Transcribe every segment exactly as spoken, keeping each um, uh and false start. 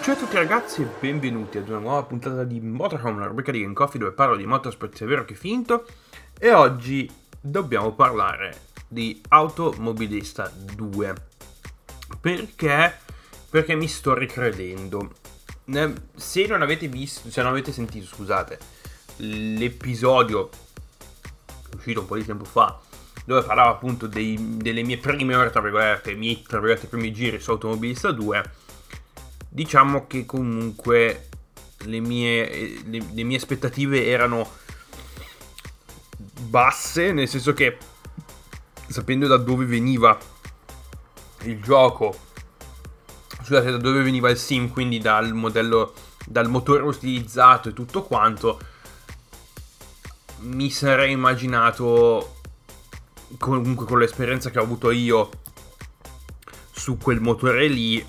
Ciao a tutti ragazzi e benvenuti ad una nuova puntata di Motorhome, la rubrica di Game Coffee dove parlo di motorsport sia vero che finto. E oggi dobbiamo parlare di Automobilista due. Perché? Perché mi sto ricredendo. Se non avete visto, se non avete sentito, scusate, l'episodio uscito un po' di tempo fa, dove parlavo appunto dei, delle mie prime ore, tra virgolette, i miei, tra virgolette, primi giri su Automobilista due, diciamo che comunque le mie, le, le mie aspettative erano basse, nel senso che, sapendo da dove veniva il gioco, scusate, da dove veniva il sim, quindi dal modello, dal motore utilizzato e tutto quanto, mi sarei immaginato, comunque con l'esperienza che ho avuto io su quel motore lì,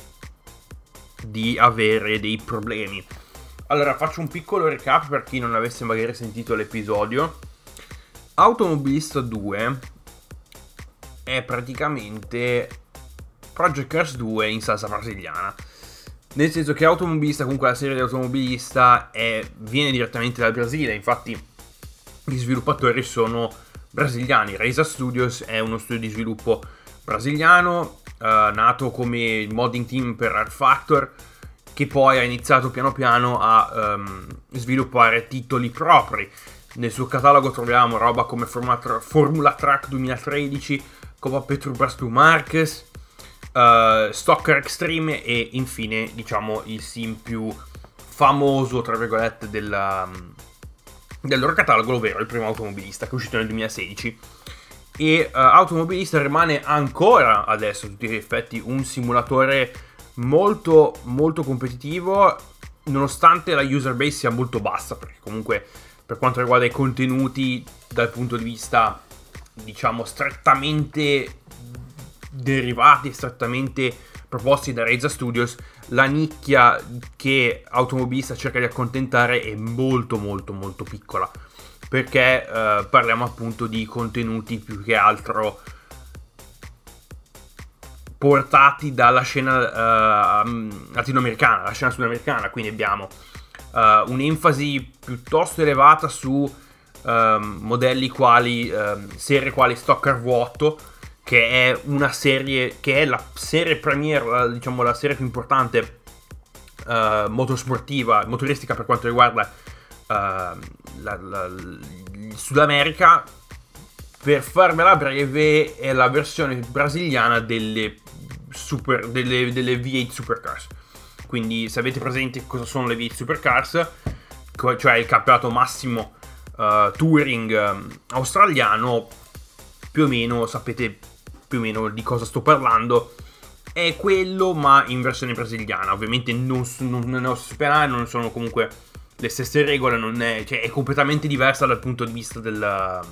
di avere dei problemi. Allora faccio un piccolo recap per chi non avesse magari sentito l'episodio. Automobilista due è praticamente Project Cars due in salsa brasiliana, nel senso che Automobilista, comunque la serie di Automobilista è, viene direttamente dal Brasile. Infatti gli sviluppatori sono brasiliani. Reisa Studios è uno studio di sviluppo brasiliano, uh, nato come modding team per R Factor, che poi ha iniziato piano piano a um, sviluppare titoli propri. Nel suo catalogo troviamo roba come Formula, Formula Track duemilatredici, Copa Petrobras due Marques, uh, Stocker Extreme e infine, diciamo, il sim più famoso, tra virgolette, della, del loro catalogo, ovvero il primo Automobilista, che è uscito nel duemilasedici. E uh, Automobilista rimane ancora adesso a tutti gli effetti un simulatore molto molto competitivo, nonostante la user base sia molto bassa, perché comunque per quanto riguarda i contenuti dal punto di vista, diciamo, strettamente derivati, strettamente proposti da Reisa Studios, la nicchia che Automobilista cerca di accontentare è molto molto molto piccola, perché eh, parliamo appunto di contenuti più che altro portati dalla scena uh, latinoamericana, la scena sudamericana. Quindi abbiamo uh, un'enfasi piuttosto elevata su uh, modelli quali uh, serie quali Stocker V otto, che è una serie che è la serie premiere, la, diciamo la serie più importante uh, motorsportiva, motoristica per quanto riguarda uh, la, la, il Sud America. Per farvela breve, è la versione brasiliana delle super delle, delle V otto Supercars. Quindi, se avete presente cosa sono le V otto Supercars, cioè il campionato massimo uh, touring um, australiano, più o meno sapete più o meno di cosa sto parlando. È quello, ma in versione brasiliana. Ovviamente non, non, non è superare, non sono comunque le stesse regole, non è, cioè è completamente diversa dal punto di vista della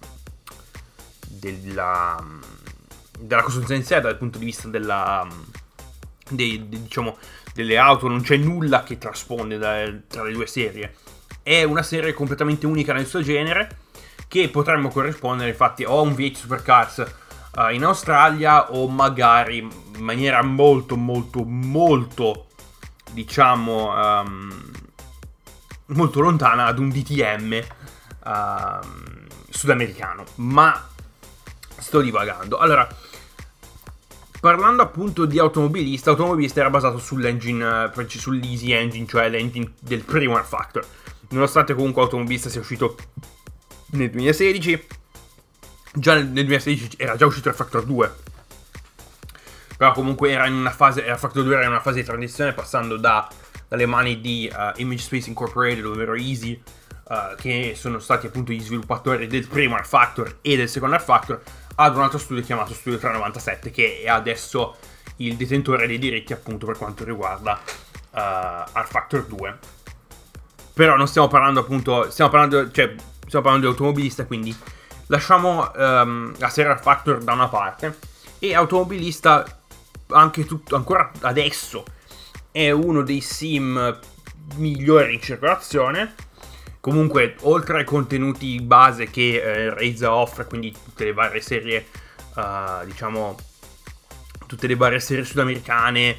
della della costruzione in sé, dal punto di vista della dei, diciamo delle auto. Non c'è nulla che trasponde da, tra le due serie. È una serie completamente unica nel suo genere, che potremmo corrispondere infatti o a un V otto Supercars uh, in Australia, o magari in maniera molto molto molto, diciamo, um, molto lontana, ad un D T M uh, sudamericano. Ma sto divagando. Allora, parlando appunto di Automobilista, Automobilista era basato sull'engine, sull'Easy Engine, cioè l'engine del primo R Factor. Nonostante comunque Automobilista sia uscito nel duemilasedici, già nel duemilasedici era già uscito R Factor due, però comunque era in una fase, R Factor due era in una fase di transizione, passando da, dalle mani di uh, Image Space Incorporated, ovvero Easy, uh, che sono stati appunto gli sviluppatori del primo R Factor e del secondo R Factor, ad un altro studio chiamato Studio trecentonovantasette, che è adesso il detentore dei diritti appunto per quanto riguarda uh, R Factor due. Però non stiamo parlando appunto, stiamo parlando, cioè stiamo parlando di Automobilista, quindi lasciamo um, la serie R Factor da una parte. E Automobilista, anche tutto, ancora adesso, è uno dei sim migliori in circolazione. Comunque, oltre ai contenuti base che eh, Reisa offre, quindi tutte le varie serie, uh, diciamo, tutte le varie serie sudamericane,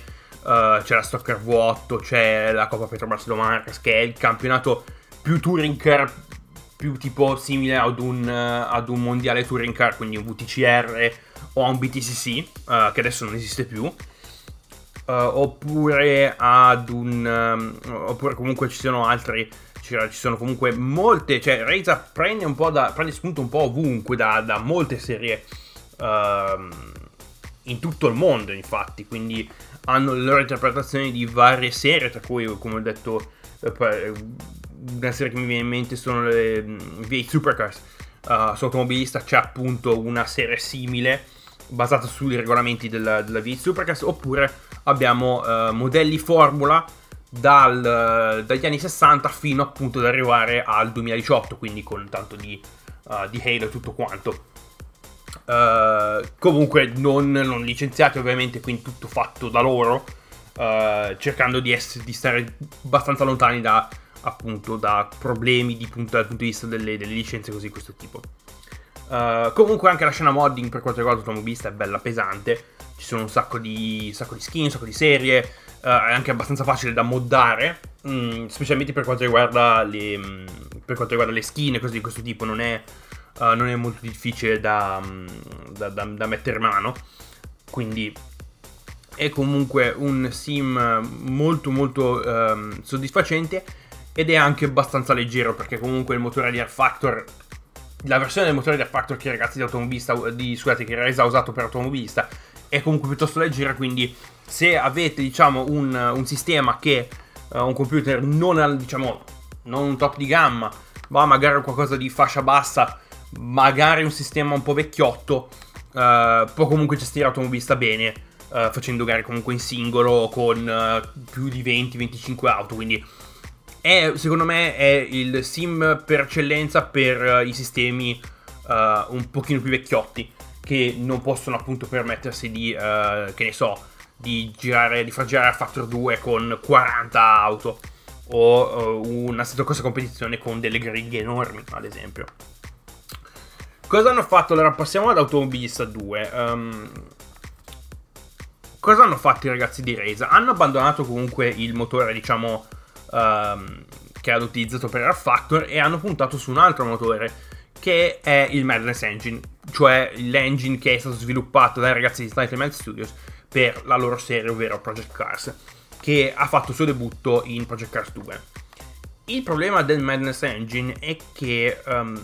uh, c'è la Stocker V otto, c'è la Coppa Petrobras Marcas, che è il campionato più touring car, più tipo simile ad un, uh, ad un mondiale touring car, quindi un V T C R o un B T C C, uh, che adesso non esiste più. Uh, oppure ad un um, oppure comunque ci sono altri, ci, ci sono comunque molte, cioè Reza prende un po' da prende spunto un po' ovunque da, da molte serie uh, in tutto il mondo, infatti, quindi hanno le loro interpretazioni di varie serie, tra cui, come ho detto, una serie che mi viene in mente sono le V otto Supercars. Uh, su automobilista c'è appunto una serie simile basata sui regolamenti della, della V otto Supercars, oppure abbiamo uh, modelli Formula dal, dagli anni sessanta fino appunto ad arrivare al duemiladiciotto, quindi con tanto di, uh, di Halo e tutto quanto. Uh, comunque non, non licenziati ovviamente, quindi tutto fatto da loro, uh, cercando di, essere, di stare abbastanza lontani da appunto da problemi di punto, dal punto di vista delle, delle licenze così di questo tipo. Uh, comunque anche la scena modding per quanto riguarda l'automobilista è bella pesante, ci sono un sacco di, un sacco di skin, un sacco di serie, uh, è anche abbastanza facile da moddare, mh, specialmente per quanto riguarda le, mh, per quanto riguarda le skin e cose di questo tipo. Non è, uh, non è molto difficile da, mh, da, da, da mettere mano, quindi è comunque un sim molto molto um, soddisfacente, ed è anche abbastanza leggero, perché comunque il motore di R Factor, la versione del motore di R Factor che i ragazzi di automobilista, di, scusate, che Reza ha usato per automobilista, è comunque piuttosto leggera, quindi se avete, diciamo, un, un sistema che uh, un computer non, diciamo, non un top di gamma, ma magari qualcosa di fascia bassa, magari un sistema un po' vecchiotto, uh, può comunque gestire automobilista bene, uh, facendo gare comunque in singolo con uh, più di venti venticinque auto, quindi è, secondo me è il sim per eccellenza per uh, i sistemi uh, un pochino più vecchiotti, che non possono appunto permettersi di, uh, che ne so, di girare, di far girare Factor due con quaranta auto, o uh, una corsa competizione con delle griglie enormi, ad esempio. Cosa hanno fatto? Allora passiamo ad Automobilista due. Um, cosa hanno fatto i ragazzi di Reza? Hanno abbandonato comunque il motore, diciamo, um, che hanno utilizzato per R Factor, e hanno puntato su un altro motore, che è il Madness Engine, cioè l'engine che è stato sviluppato dai ragazzi di Slightly Mad Studios per la loro serie, ovvero Project Cars, che ha fatto il suo debutto in Project Cars due. Il problema del Madness Engine è che, um,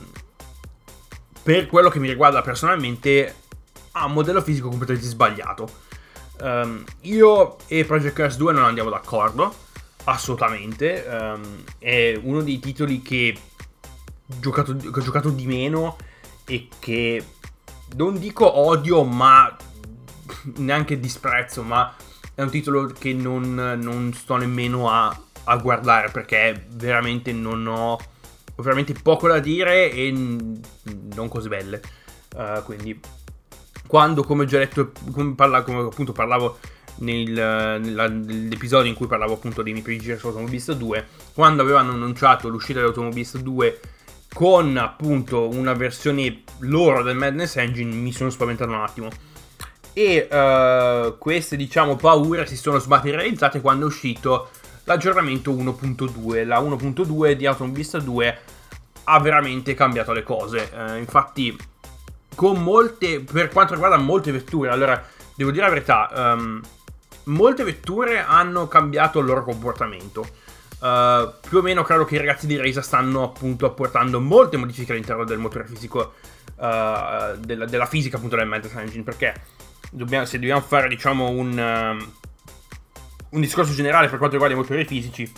per quello che mi riguarda personalmente, ha un modello fisico completamente sbagliato. Um, io e Project Cars due non andiamo d'accordo, assolutamente. Um, è uno dei titoli che Giocato, che ho giocato di meno, e che non dico odio, ma neanche disprezzo, ma è un titolo che non, non sto nemmeno a, a guardare, perché veramente non ho, ho veramente poco da dire e non cose belle. Uh, quindi quando, come ho già detto, come, parla, come appunto parlavo nel, nella, nell'episodio in cui parlavo appunto dei miei pregi su Automobilista due, quando avevano annunciato l'uscita dell'Automobilista due con appunto una versione loro del Madness Engine, mi sono spaventato un attimo, e uh, queste, diciamo, paure si sono smaterializzate quando è uscito l'aggiornamento uno punto due. La uno punto due di Automobilista due ha veramente cambiato le cose, uh, infatti con molte, per quanto riguarda molte vetture, allora devo dire la verità, um, molte vetture hanno cambiato il loro comportamento. Uh, più o meno credo che i ragazzi di Reza stanno appunto apportando molte modifiche all'interno del motore fisico, uh, della, della fisica appunto del Madness Engine, perché dobbiamo, se dobbiamo fare, diciamo, un, um, un discorso generale per quanto riguarda i motori fisici,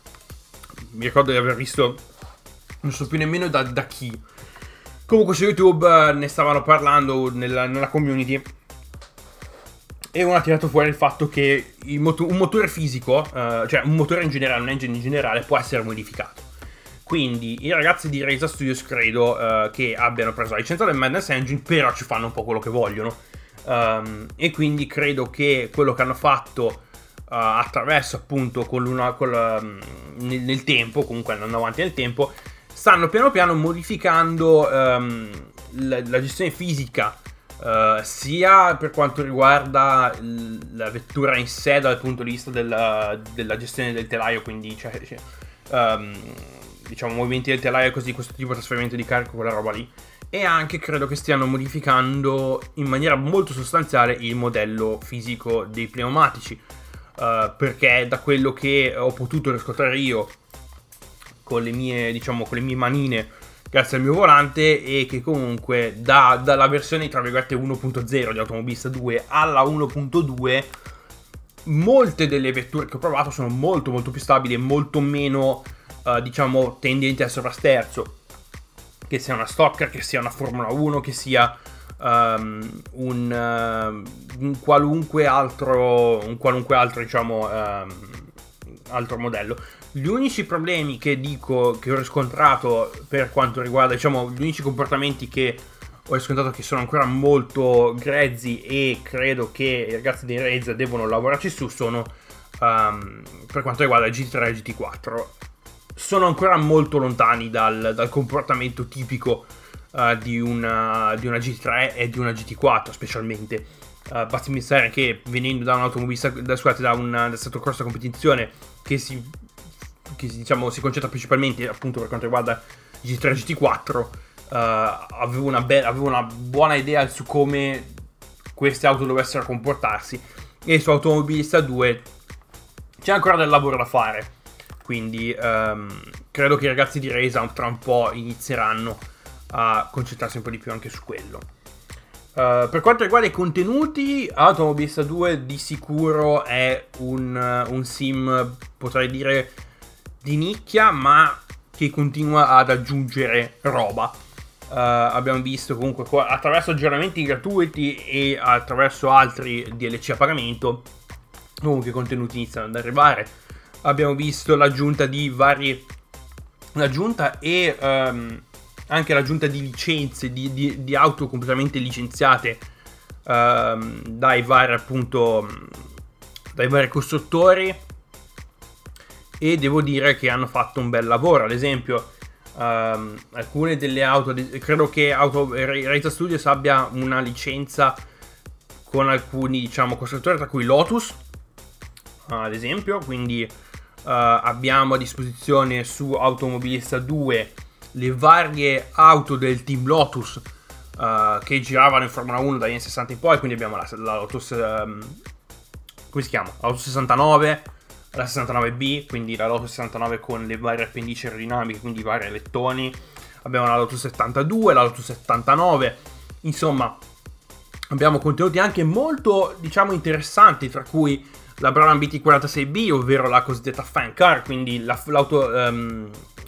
mi ricordo di aver visto, non so più nemmeno da, da chi, comunque su YouTube uh, ne stavano parlando nella, nella community, e uno ha tirato fuori il fatto che il moto- un motore fisico, uh, cioè un motore in generale, un engine in generale, può essere modificato. Quindi i ragazzi di Reza Studios credo uh, che abbiano preso la licenza del Madness Engine, però ci fanno un po' quello che vogliono. Um, e quindi credo che quello che hanno fatto uh, attraverso appunto con l'una, con la, nel, nel tempo, comunque andando avanti nel tempo, stanno piano piano modificando um, la, la gestione fisica uh, sia per quanto riguarda l- la vettura in sé dal punto di vista della, della gestione del telaio, quindi cioè, cioè, um, diciamo movimenti del telaio e così, questo tipo di trasferimento di carico, quella roba lì. E anche credo che stiano modificando in maniera molto sostanziale il modello fisico dei pneumatici, uh, perché da quello che ho potuto riscontrare io con le mie, diciamo, con le mie manine grazie al mio volante, e che comunque da, dalla versione tra virgolette uno punto zero di Automobilista due alla uno punto due molte delle vetture che ho provato sono molto molto più stabili e molto meno uh, diciamo tendenti al sovrasterzo, che sia una Stocker, che sia una Formula uno, che sia um, un, uh, un qualunque altro un qualunque altro diciamo um, altro modello. Gli unici problemi che dico che ho riscontrato per quanto riguarda, diciamo, gli unici comportamenti che ho riscontrato che sono ancora molto grezzi e credo che i ragazzi di Razer devono lavorarci su, sono um, per quanto riguarda il G T tre e il G T quattro. Sono ancora molto lontani dal, dal comportamento tipico uh, di, una, di una G T tre e di una G T quattro, specialmente. Uh, basti pensare che venendo da un'automobilista, da, scusate, da un da stato corsa competizione che si, che diciamo si concentra principalmente appunto per quanto riguarda G T tre e G T quattro, uh, avevo, una be- avevo una buona idea su come queste auto dovessero comportarsi, e su Automobilista due c'è ancora del lavoro da fare. Quindi um, credo che i ragazzi di Razer tra un po' inizieranno a concentrarsi un po' di più anche su quello. Uh, per quanto riguarda i contenuti, Automobilista due di sicuro è un, un sim, potrei dire, di nicchia, ma che continua ad aggiungere roba. Uh, abbiamo visto comunque attraverso aggiornamenti gratuiti e attraverso altri D L C a pagamento, comunque i contenuti iniziano ad arrivare. Abbiamo visto l'aggiunta di vari l'aggiunta e um, anche l'aggiunta di licenze di, di, di auto completamente licenziate um, dai vari appunto dai vari costruttori, e devo dire che hanno fatto un bel lavoro. Ad esempio um, alcune delle auto, credo che auto, Razer Studios abbia una licenza con alcuni diciamo costruttori, tra cui Lotus ad esempio, quindi uh, abbiamo a disposizione su Automobilista due le varie auto del team Lotus uh, che giravano in Formula uno dagli anni sessanta in poi, quindi abbiamo la, la Lotus um, come si chiama? La Lotus sessantanove, la sessantanove B, quindi la Lotus sessantanove con le varie appendici aerodinamiche, quindi i vari alettoni. Abbiamo la Lotus settantadue, la Lotus settantanove, insomma abbiamo contenuti anche molto diciamo interessanti, tra cui la Brabham B T quarantasei B, ovvero la cosiddetta fan car, quindi la, l'auto, um,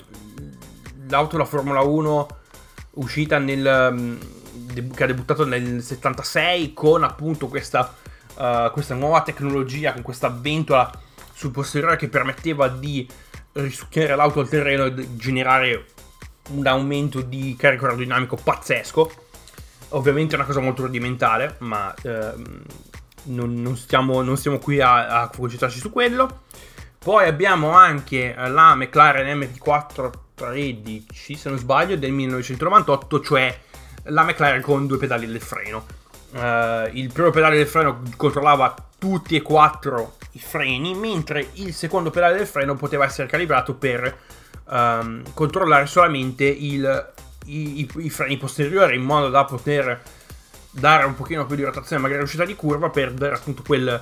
l'auto la Formula uno uscita nel um, che ha debuttato nel settantasei con appunto questa, uh, questa nuova tecnologia, con questa ventola sul posteriore che permetteva di risucchiare l'auto al terreno e generare un aumento di carico aerodinamico pazzesco. Ovviamente è una cosa molto rudimentale, ma um, Non, non, stiamo, non stiamo qui a, a concentrarci su quello. Poi abbiamo anche la McLaren M P quattrocentotredici, se non sbaglio, del millenovecentonovantotto, cioè la McLaren con due pedali del freno. Uh, il primo pedale del freno controllava tutti e quattro i freni, mentre il secondo pedale del freno poteva essere calibrato per um, controllare solamente il, i, i, i freni posteriori, in modo da poter dare un pochino più di rotazione magari uscita di curva, per dare appunto quel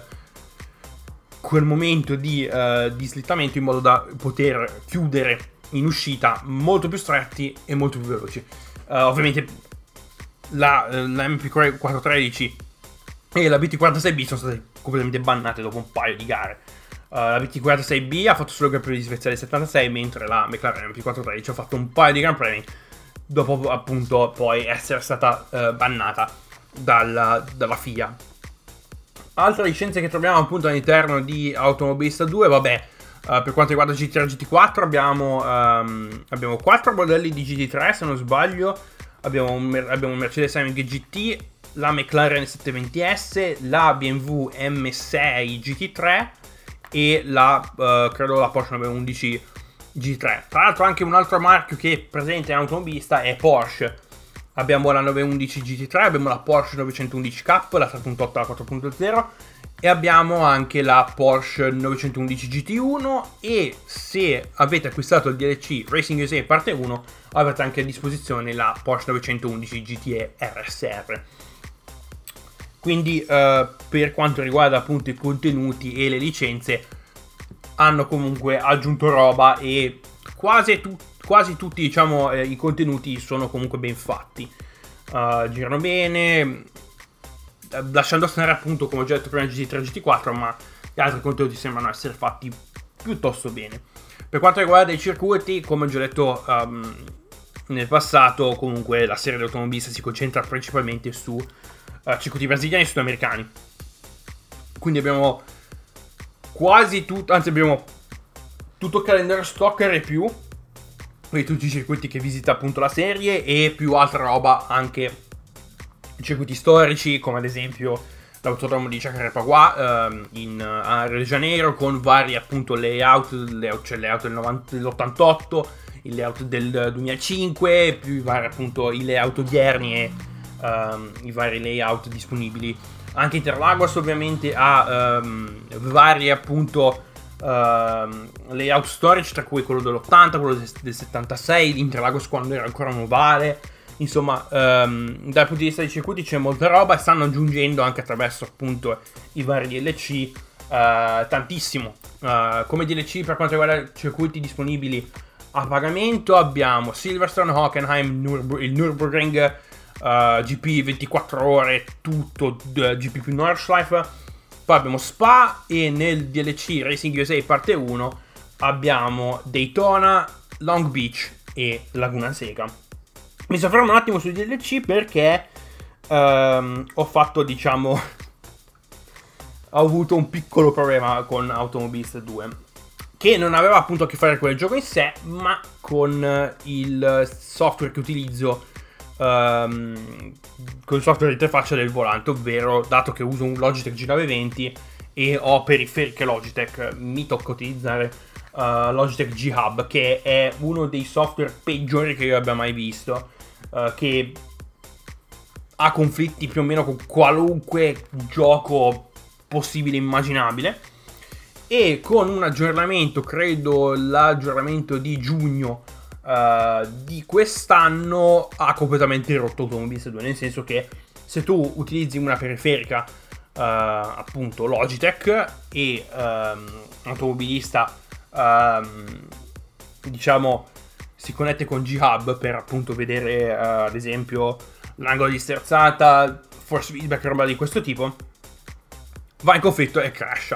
quel momento di, uh, di slittamento, in modo da poter chiudere in uscita molto più stretti e molto più veloci. Uh, ovviamente la, la M P quattrocentotredici e la B T quarantasei B sono state completamente bannate dopo un paio di gare. Uh, la B T quarantasei B ha fatto solo il Gran Premio di Svezia del settantasei, mentre la McLaren M P quattrocentotredici ha fatto un paio di Gran Premi dopo appunto poi essere stata uh, bannata dalla, dalla F I A. Altre licenze che troviamo appunto all'interno di Automobilista due, vabbè, uh, per quanto riguarda G T tre e G T quattro abbiamo um, abbiamo quattro modelli di G T tre, se non sbaglio. Abbiamo un, abbiamo un Mercedes A M G G T, la McLaren settecentoventi S, la B M W M sei G T tre e la uh, credo la Porsche novantuno G T tre. Tra l'altro anche un altro marchio che è presente in Automobilista è Porsche, abbiamo la nove undici G T tre, abbiamo la Porsche novecentoundici K, la tre punto otto, la quattro punto zero e abbiamo anche la Porsche novecentoundici G T uno, e se avete acquistato il D L C Racing U S A parte uno avete anche a disposizione la Porsche novecentoundici G T E R S R. Quindi eh, per quanto riguarda appunto i contenuti e le licenze hanno comunque aggiunto roba, e quasi, tu- quasi tutti diciamo eh, i contenuti sono comunque ben fatti, uh, girano bene, lasciando stare appunto, come ho già detto prima, G T tre e G T quattro, ma gli altri contenuti sembrano essere fatti piuttosto bene. Per quanto riguarda i circuiti, come ho già detto um, nel passato, comunque la serie dell'automobilista si concentra principalmente su uh, circuiti brasiliani e sudamericani. Quindi abbiamo quasi tutto, anzi abbiamo tutto il calendario stocker e più, quindi tutti i circuiti che visita appunto la serie, e più altra roba, anche circuiti storici come ad esempio l'autodromo di Jacarepaguá ehm, in uh, Rio de Janeiro, con vari appunto layout, layout c'è il layout del novanta, dell'ottantotto, il layout del duemilacinque, più i vari appunto i layout odierni e um, i vari layout disponibili. Anche Interlagos ovviamente ha um, vari appunto um, layout storici, tra cui quello dell'ottanta, quello del, del settantasei, Interlagos quando era ancora un ovale. Insomma, um, dal punto di vista dei circuiti c'è molta roba, e stanno aggiungendo anche attraverso appunto i vari D L C uh, tantissimo. Uh, come D L C per quanto riguarda i circuiti disponibili a pagamento abbiamo Silverstone, Hockenheim, Nürburg- il Nürburgring, uh, G P ventiquattro ore, tutto uh, G P più Nordschleife. Poi abbiamo Spa, e nel D L C Racing U S A parte uno abbiamo Daytona, Long Beach e Laguna Seca. Mi soffermo un attimo sui D L C perché um, ho fatto, diciamo, ho avuto un piccolo problema con Automobilista due, che non aveva appunto a che fare con il gioco in sé, ma con il software che utilizzo, um, con il software di interfaccia del volante, ovvero, dato che uso un Logitech G nove venti e ho periferiche Logitech, mi tocca utilizzare uh, Logitech G Hub, che è uno dei software peggiori che io abbia mai visto, uh, che ha conflitti più o meno con qualunque gioco possibile e immaginabile, e con un aggiornamento, credo l'aggiornamento di giugno uh, di quest'anno, ha completamente rotto Automobilista due, nel senso che se tu utilizzi una periferica uh, appunto Logitech e um, Automobilista um, diciamo si connette con G Hub per appunto vedere uh, ad esempio l'angolo di sterzata, force feedback, roba di questo tipo, va in conflitto e crasha.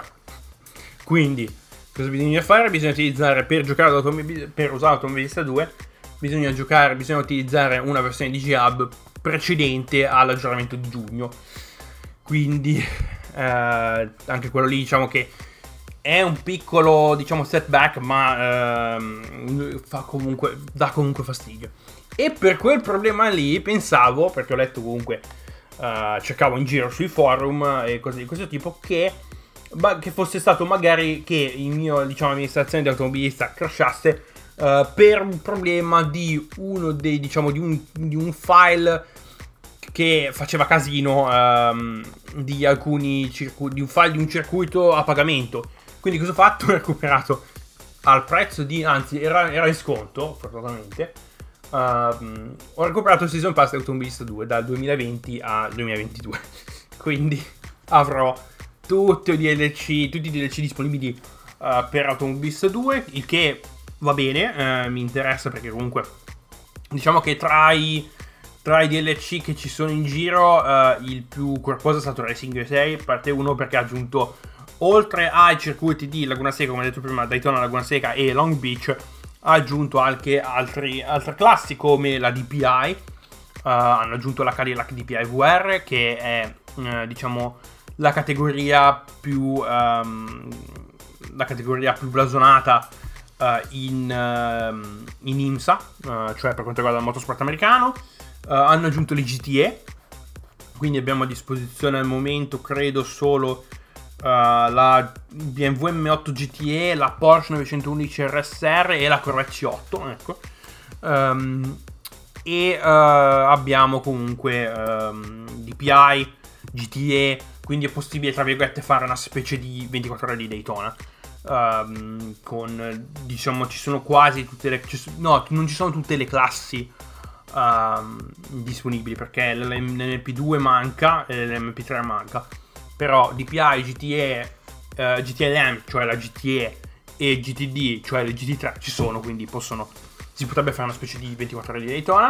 Quindi cosa bisogna fare? Bisogna utilizzare, per giocare all'automobil- per usare Automobilista due, bisogna giocare, bisogna utilizzare una versione di G Hub precedente all'aggiornamento di giugno. Quindi eh, anche quello lì, diciamo che è un piccolo, diciamo, setback, ma ehm, fa comunque, dà comunque fastidio. E per quel problema lì pensavo, perché ho letto comunque, uh, cercavo in giro sui forum e cose di questo tipo, che, ba- che fosse stato magari che il mio, diciamo, amministrazione di automobilista crashasse uh, per un problema di uno dei, diciamo, di un, di un file che faceva casino, um, di alcuni circuiti, di un file di un circuito a pagamento. Quindi cosa ho fatto? Ho recuperato al prezzo di, anzi era, era in sconto fortunatamente. Uh, ho recuperato il Season Pass di Automobilista due dal duemilaventi al duemilaventidue. Quindi avrò tutti i D L C, tutti i D L C disponibili uh, per Automobilista due, il che va bene, uh, mi interessa perché comunque diciamo che tra i, tra i D L C che ci sono in giro uh, il più corposo è stato Racing U S A parte uno, perché ha aggiunto, oltre ai circuiti di Laguna Seca, come detto prima, Daytona, Laguna Seca e Long Beach, ha aggiunto anche altri, altre classi come la D P I. Uh, hanno aggiunto la Cadillac D P I V R, che è uh, diciamo la categoria più um, la categoria più blasonata uh, in, uh, in IMSA, uh, cioè per quanto riguarda il motorsport americano. Uh, hanno aggiunto le G T E, quindi abbiamo a disposizione al momento credo solo Uh, la B M W M otto G T E, la Porsche novecentoundici R S R e la Corvette C otto, ecco. Um, e uh, abbiamo comunque um, D P I, G T E, quindi è possibile tra virgolette fare una specie di ventiquattro ore di Daytona. Um, con, diciamo, ci sono quasi tutte le, ci, no, non ci sono tutte le classi um, disponibili, perché l'M P due manca e l'M P tre manca, però D P I, G T E, uh, G T L M, cioè la G T E, e G T D, cioè le G T tre, ci sono, quindi possono, si potrebbe fare una specie di ventiquattro ore di Daytona.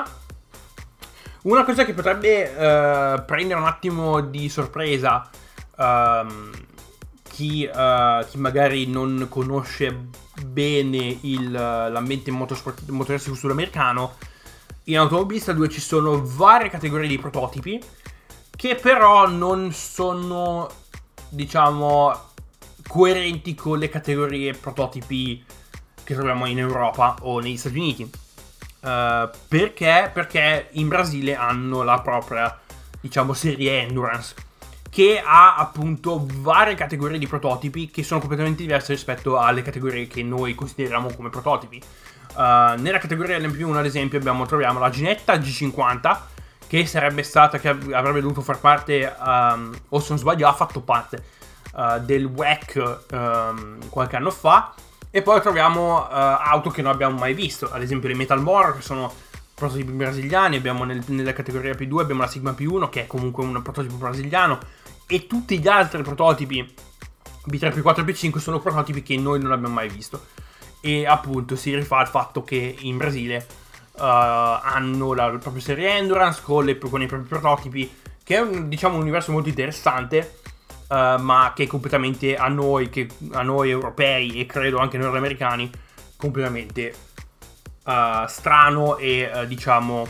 Una cosa che potrebbe uh, prendere un attimo di sorpresa um, chi, uh, chi magari non conosce bene il, l'ambiente motorsport, motoristico sudamericano, in Automobilista due ci sono varie categorie di prototipi che però non sono, diciamo, coerenti con le categorie prototipi che troviamo in Europa o negli Stati Uniti. Uh, perché? Perché in Brasile hanno la propria, diciamo, serie Endurance, che ha appunto varie categorie di prototipi che sono completamente diverse rispetto alle categorie che noi consideriamo come prototipi. Uh, nella categoria dell'M P uno, ad esempio, abbiamo, troviamo la Ginetta G cinquanta, che sarebbe stata, che avrebbe dovuto far parte, um, o se non sbaglio ha fatto parte uh, del W E C um, qualche anno fa. E poi troviamo uh, auto che non abbiamo mai visto, ad esempio le Metal More, che sono prototipi brasiliani. Abbiamo nel, nella categoria P due abbiamo la Sigma P uno, che è comunque un prototipo brasiliano, e tutti gli altri prototipi P tre, P quattro e P cinque sono prototipi che noi non abbiamo mai visto. E appunto si rifà al fatto che in Brasile uh, hanno la, la propria serie Endurance con, le, con i propri prototipi, che è un, diciamo, un universo molto interessante, uh, ma che completamente a noi, che, a noi europei e credo anche nordamericani, completamente uh, strano e uh, diciamo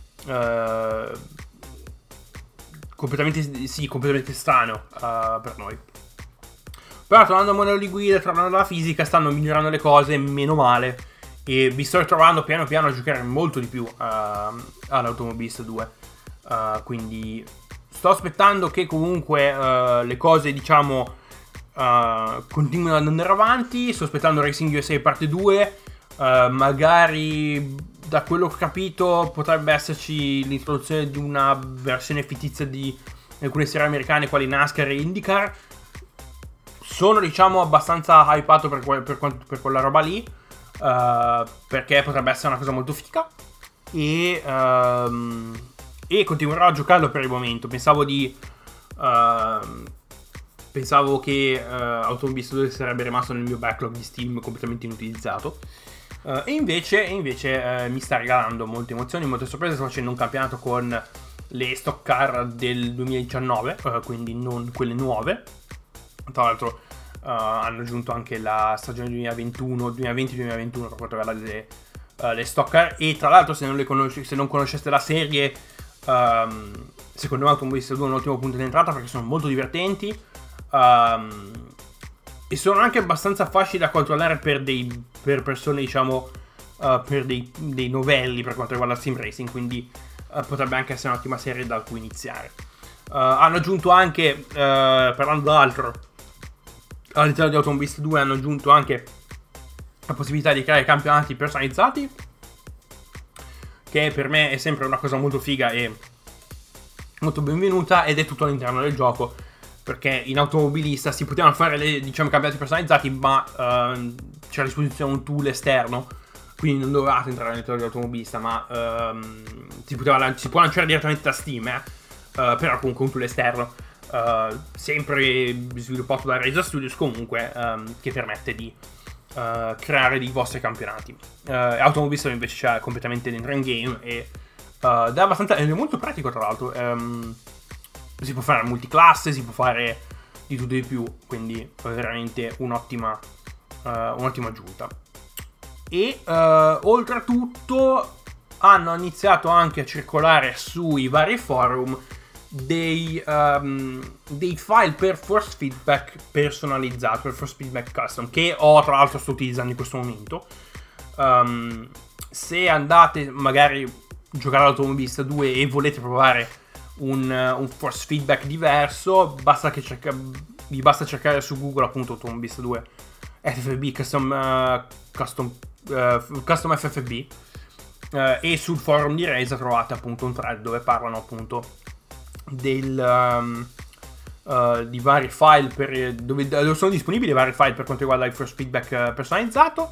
uh, completamente, sì, completamente strano uh, per noi. Però tornando al modello di guida, tornando alla fisica, stanno migliorando le cose, meno male, e vi sto ritrovando piano piano a giocare molto di più uh, all'Automobilista due. Uh, quindi sto aspettando che comunque uh, le cose, diciamo, uh, continuino ad andare avanti. Sto aspettando Racing U S A parte due. Uh, magari, da quello che ho capito, potrebbe esserci l'introduzione di una versione fittizia di alcune serie americane quali NASCAR e IndyCar. Sono, diciamo, abbastanza hypato per, que- per, per quella roba lì, uh, perché potrebbe essere una cosa molto figa. E, um, e continuerò a giocarlo per il momento. Pensavo di uh, pensavo che uh, Automobilista due sarebbe rimasto nel mio backlog di Steam completamente inutilizzato, uh, e invece, e invece uh, mi sta regalando molte emozioni, molte sorprese. Sto facendo un campionato con le stock car del duemiladiciannove, uh, quindi non quelle nuove. Tra l'altro uh, hanno aggiunto anche la stagione duemilaventuno, duemilaventi duemilaventuno per quanto riguarda le, uh, le stock car. E tra l'altro, se non, le conosci, se non conosceste la serie, um, secondo me Automobilista due è un ottimo punto di entrata, perché sono molto divertenti, um, e sono anche abbastanza facili da controllare per, dei, per persone, diciamo, uh, per dei, dei novelli per quanto riguarda Sim Racing. Quindi uh, potrebbe anche essere un'ottima serie da cui iniziare. Uh, hanno aggiunto anche, uh, parlando d'altro, all'interno di Automobilista due hanno aggiunto anche la possibilità di creare campionati personalizzati, che per me è sempre una cosa molto figa e molto benvenuta, ed è tutto all'interno del gioco, perché in Automobilista si potevano fare le, diciamo, campionati personalizzati, ma uh, c'era a disposizione un tool esterno, quindi non dovevate entrare all'interno dell'Automobilista, ma uh, si, poteva, si può lanciare direttamente da Steam, eh? uh, però comunque un tool esterno. Uh, sempre sviluppato da Razer Studios, comunque, um, che permette di uh, creare dei vostri campionati. uh, Automobilista invece c'è completamente dentro in game e uh, è abbastanza, è molto pratico, tra l'altro. Um, si può fare multiclasse, si può fare di tutto e di più, quindi è veramente un'ottima uh, un'ottima aggiunta. E uh, oltretutto hanno iniziato anche a circolare sui vari forum dei, um, dei file per force feedback personalizzato, per force feedback custom, che ho, tra l'altro, sto utilizzando in questo momento. Um, se andate magari a giocare all'Automobilista due e volete provare un, uh, un force feedback diverso, basta che cerca, vi basta cercare su Google appunto Automobilista due F F B custom, uh, custom, uh, custom F F B, uh, e sul forum di Resa trovate appunto un thread dove parlano appunto del um, uh, di vari file per, dove, dove sono disponibili vari file per quanto riguarda il force feedback personalizzato.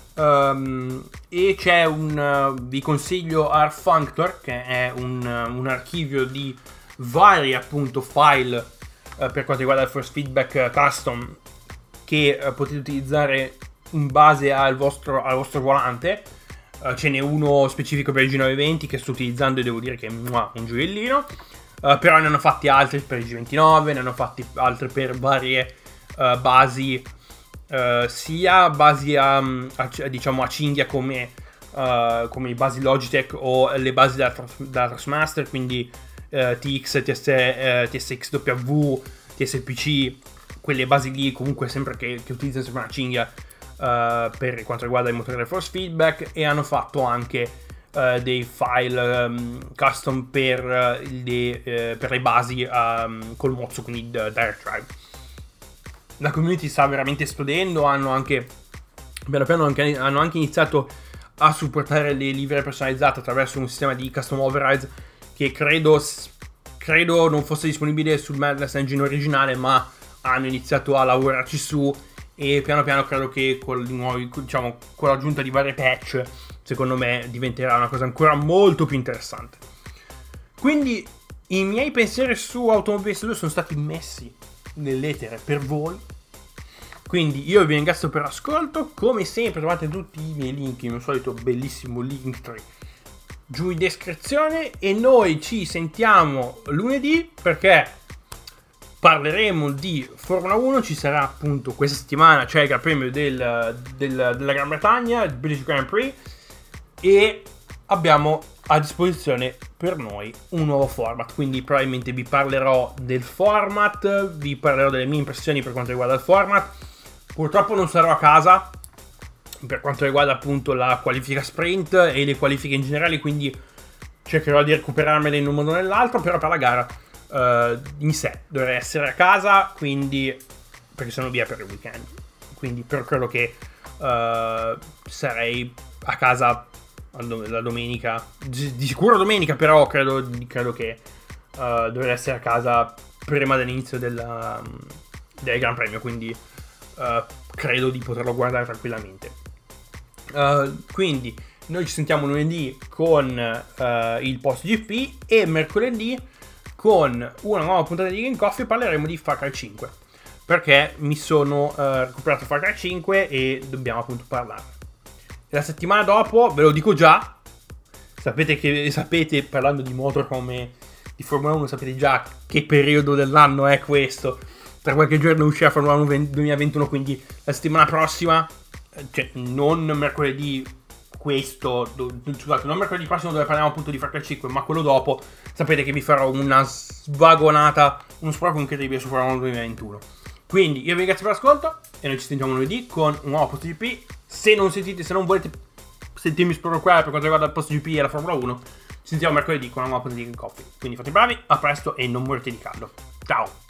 Um, e c'è un uh, vi consiglio rFunctor, che è un, uh, un archivio di vari appunto file uh, per quanto riguarda il force feedback uh, custom che uh, potete utilizzare in base al vostro, al vostro volante. Uh, ce n'è uno specifico per il G nove venti che sto utilizzando e devo dire che è un gioiellino, uh, però ne hanno fatti altri per il G ventinove, ne hanno fatti altri per varie uh, basi, Uh, sia basi a, a, diciamo a cinghia come, uh, come i basi Logitech o le basi da, da Trustmaster, quindi uh, T X, T S, uh, T S X W, T S P C, quelle basi lì comunque sempre che, che utilizzano sempre una cinghia uh, per quanto riguarda il motore del force feedback, e hanno fatto anche uh, dei file um, custom per, uh, le, uh, per le basi um, col mozzo, quindi direct drive. La community sta veramente esplodendo, hanno anche piano piano anche, hanno anche iniziato a supportare le livre personalizzate attraverso un sistema di custom overrides che credo, credo non fosse disponibile sul Madness Engine originale, ma hanno iniziato a lavorarci su, e piano piano credo che con, i nuovi, diciamo, con l'aggiunta di varie patch, secondo me diventerà una cosa ancora molto più interessante. Quindi i miei pensieri su Automobile Studio sono stati messi nell'etere per voi, quindi io vi ringrazio per l'ascolto. Come sempre trovate tutti i miei link in un solito bellissimo Linktree giù in descrizione, e noi ci sentiamo lunedì perché parleremo di Formula uno. Ci sarà appunto questa settimana, c'è il Gran Premio del, del, della Gran Bretagna, il British Grand Prix, e abbiamo a disposizione per noi un nuovo format, quindi probabilmente vi parlerò del format, vi parlerò delle mie impressioni per quanto riguarda il format. Purtroppo non sarò a casa per quanto riguarda appunto la qualifica sprint e le qualifiche in generale, quindi cercherò di recuperarmele in un modo o nell'altro, però per la gara uh, in sé dovrei essere a casa, quindi perché sono via per il weekend, quindi per quello che uh, sarei a casa la domenica, di sicuro domenica, però credo, credo che uh, dovrei essere a casa prima dell'inizio del, del Gran Premio, quindi uh, credo di poterlo guardare tranquillamente. Uh, quindi noi ci sentiamo lunedì con uh, il post G P, e mercoledì con una nuova puntata di Game Coffee parleremo di Far Cry cinque, perché mi sono uh, recuperato Far Cry cinque e dobbiamo appunto parlarne. La settimana dopo, ve lo dico già, sapete che sapete, parlando di motorhome, di Formula uno, sapete già che periodo dell'anno è questo. Tra qualche giorno uscirà Formula uno duemilaventuno, quindi la settimana prossima, cioè non mercoledì questo, scusate, non mercoledì prossimo dove parliamo appunto di Far Cry cinque, ma quello dopo, sapete che vi farò una svagonata, uno sproco incredibile su Formula uno duemilaventuno. Quindi io vi ringrazio per l'ascolto e noi ci sentiamo lunedì con un nuovo post G P. Se non sentite, se non volete sentirmi sproloquiare per quanto riguarda il post G P e la Formula uno, ci sentiamo mercoledì con una nuova puntata di Game Coffee. Quindi fate bravi, a presto e non morite di caldo. Ciao!